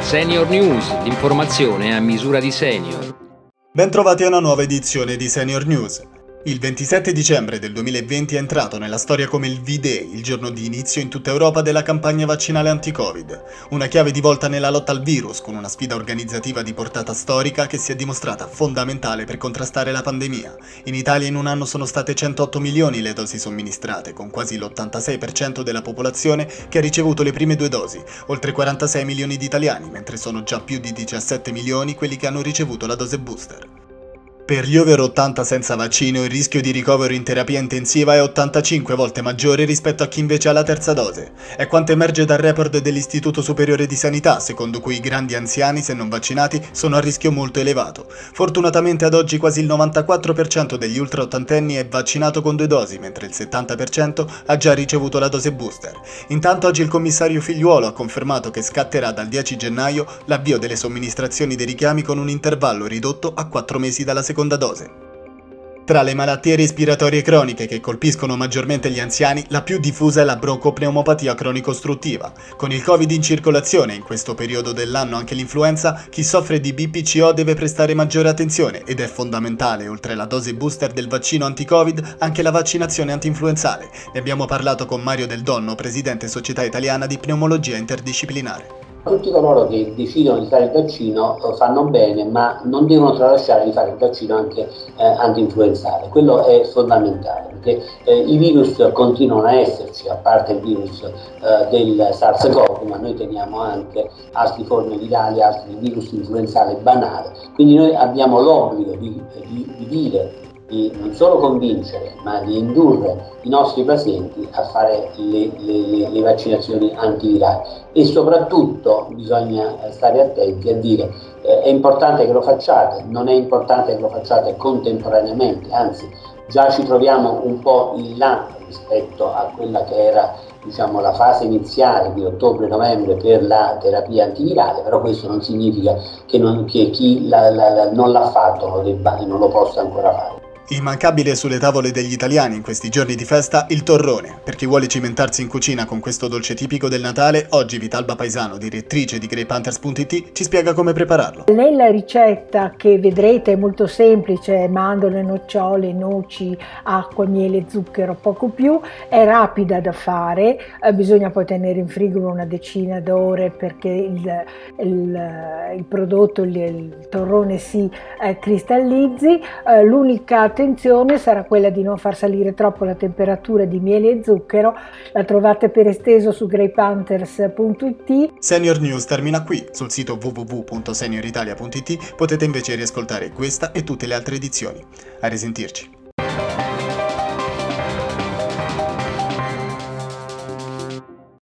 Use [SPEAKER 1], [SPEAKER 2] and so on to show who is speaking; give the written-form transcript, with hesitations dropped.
[SPEAKER 1] Senior News, l'informazione a misura di senior.
[SPEAKER 2] Bentrovati a una nuova edizione di Senior News. Il 27 dicembre del 2020 è entrato nella storia come il V-Day, il giorno di inizio in tutta Europa della campagna vaccinale anti-Covid. Una chiave di volta nella lotta al virus, con una sfida organizzativa di portata storica che si è dimostrata fondamentale per contrastare la pandemia. In Italia in un anno sono state 108 milioni le dosi somministrate, con quasi l'86% della popolazione che ha ricevuto le prime 2 dosi, oltre 46 milioni di italiani, mentre sono già più di 17 milioni quelli che hanno ricevuto la dose booster. Per gli over 80 senza vaccino il rischio di ricovero in terapia intensiva è 85 volte maggiore rispetto a chi invece ha la terza dose. È quanto emerge dal report dell'Istituto Superiore di Sanità, secondo cui i grandi anziani, se non vaccinati, sono a rischio molto elevato. Fortunatamente ad oggi quasi il 94% degli ultra ottantenni è vaccinato con 2 dosi, mentre il 70% ha già ricevuto la dose booster. Intanto oggi il commissario Figliuolo ha confermato che scatterà dal 10 gennaio l'avvio delle somministrazioni dei richiami con un intervallo ridotto a 4 mesi dalla seconda dose. Tra le malattie respiratorie croniche che colpiscono maggiormente gli anziani, la più diffusa è la broncopneumopatia cronico-ostruttiva. Con il Covid in circolazione, in questo periodo dell'anno anche l'influenza, chi soffre di BPCO deve prestare maggiore attenzione ed è fondamentale, oltre la dose booster del vaccino anti-Covid, anche la vaccinazione anti-influenzale. Ne abbiamo parlato con Mario Del Donno, presidente Società Italiana di Pneumologia Interdisciplinare.
[SPEAKER 3] Tutti coloro che decidono di fare il vaccino fanno bene, ma non devono tralasciare di fare il vaccino anche anti-influenzale. Quello è fondamentale, perché i virus continuano a esserci, a parte il virus del SARS-CoV, ma noi teniamo anche altre forme virali, altri virus influenzale banale. Quindi noi abbiamo l'obbligo di dire, di non solo convincere, ma di indurre i nostri pazienti a fare le vaccinazioni antivirali, e soprattutto bisogna stare attenti a dire è importante che lo facciate, non è importante che lo facciate contemporaneamente, anzi già ci troviamo un po' in là rispetto a quella che era, diciamo, la fase iniziale di ottobre-novembre per la terapia antivirale, però questo non significa che chi non l'ha fatto lo debba e non lo possa ancora fare.
[SPEAKER 2] Immancabile sulle tavole degli italiani in questi giorni di festa il torrone. Per chi vuole cimentarsi in cucina con questo dolce tipico del Natale, oggi Vitalba Paisano, direttrice di GreyPanthers.it, ci spiega come prepararlo.
[SPEAKER 4] Nella ricetta, che vedrete è molto semplice, mandorle, nocciole, noci, acqua, miele, zucchero, poco più, è rapida da fare, bisogna poi tenere in frigo una decina d'ore perché il prodotto, il torrone si cristallizzi. L'unica attenzione sarà quella di non far salire troppo la temperatura di miele e zucchero. La trovate per esteso su GreyPanthers.it.
[SPEAKER 2] Senior News termina qui. Sul sito www.senioritalia.it potete invece riascoltare questa e tutte le altre edizioni. A risentirci.